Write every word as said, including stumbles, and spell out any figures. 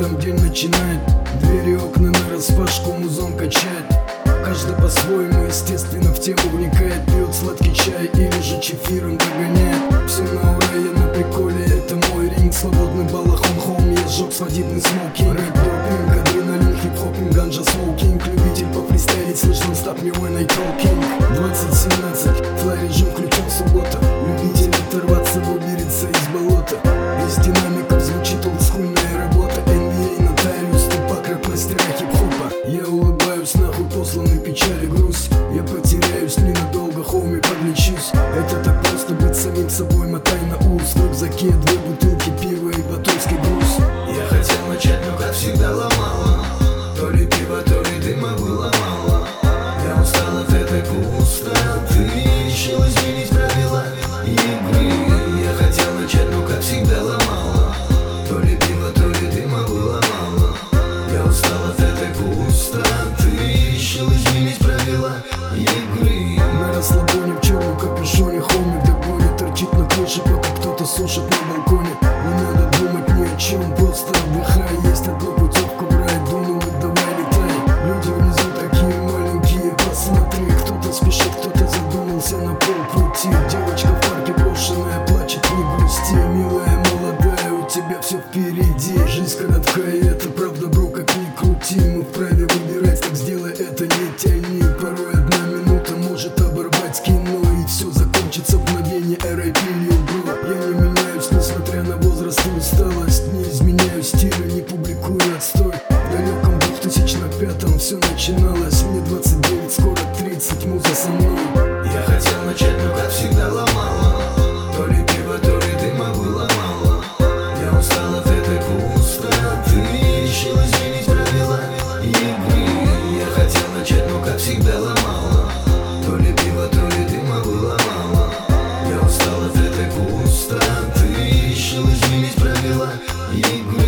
нам день начинает. Двери, окна нараспашку, музон качает. Каждый по-своему, естественно, в тему вникает. Пьет сладкий чай или же чефиром догоняет. Все на ура, я на приколе, это мой ринг. Свободный балахон, хоум, я сжег свадебный смокинг. Рэп, допинг, адреналин, хип-хопинг, ганджа, смокинг. Любитель пофристайлить, слышно, стап me when I talking. Двадцать семнадцать, флай режим включен, суббота. Любитель оторваться, выберется из болота. Из динамиков звучит олдскульная работа. эн би эй, нотариус, тупак, рэп, мастера хип-хопа. Я улыбаюсь, нахуй посланный печаль и грусть. Я потеряюсь ненадолго, хоуми, подлечусь. Это так просто быть самим собой, мотай на ус. В рюкзаке две бутылки пива и батонский груз. Я хотел начать, но как всегда ломало. То ли пива, то ли дыма было мало. Я устал от этой пустоты, решил изменить правила игры. Я хотел начать, но как всегда ломало. То ли пива, то ли дыма было мало. Я устал от этой пустоты, решил изменить правила игры. На расслабоне в черном капюшоне, хоуми в догоне. Торчит на крыше, пока кто-то сушит на балконе. Не надо думать ни о чем, просто отдыхай. Есть одна путевка в рай, думаю, давай летай. Люди внизу такие маленькие, посмотри. Кто-то спешит, кто-то задумался на полпути. Девочка в парке брошенная, плачет, не грусти. Милая, молодая, у тебя все впереди. Жизнь короткая, это правда, бро, как ни крути. Мы вправе выбирать, так сделай это, не тяни. Порой одна минута может оборвать кино, и все закончится в мгновение. эр ай пи, Lil Bro. Я не меняюсь, несмотря на возраст и усталость. Не изменяю стиля, не публикую отстой. В далеком двухтысячном пятом все начиналось. Мне двадцать девять, скоро тридцать, муза со мной. Я хотел начать, но как всегда ломало. То ли пива, то ли дыма было мало. Я устал от этой пустоты, решил изменить правила игры. Я хотел начать, но как всегда ломало. То ли пива, то ли дыма было мало. Я устал от этой пустоты, решил изменить правила игры.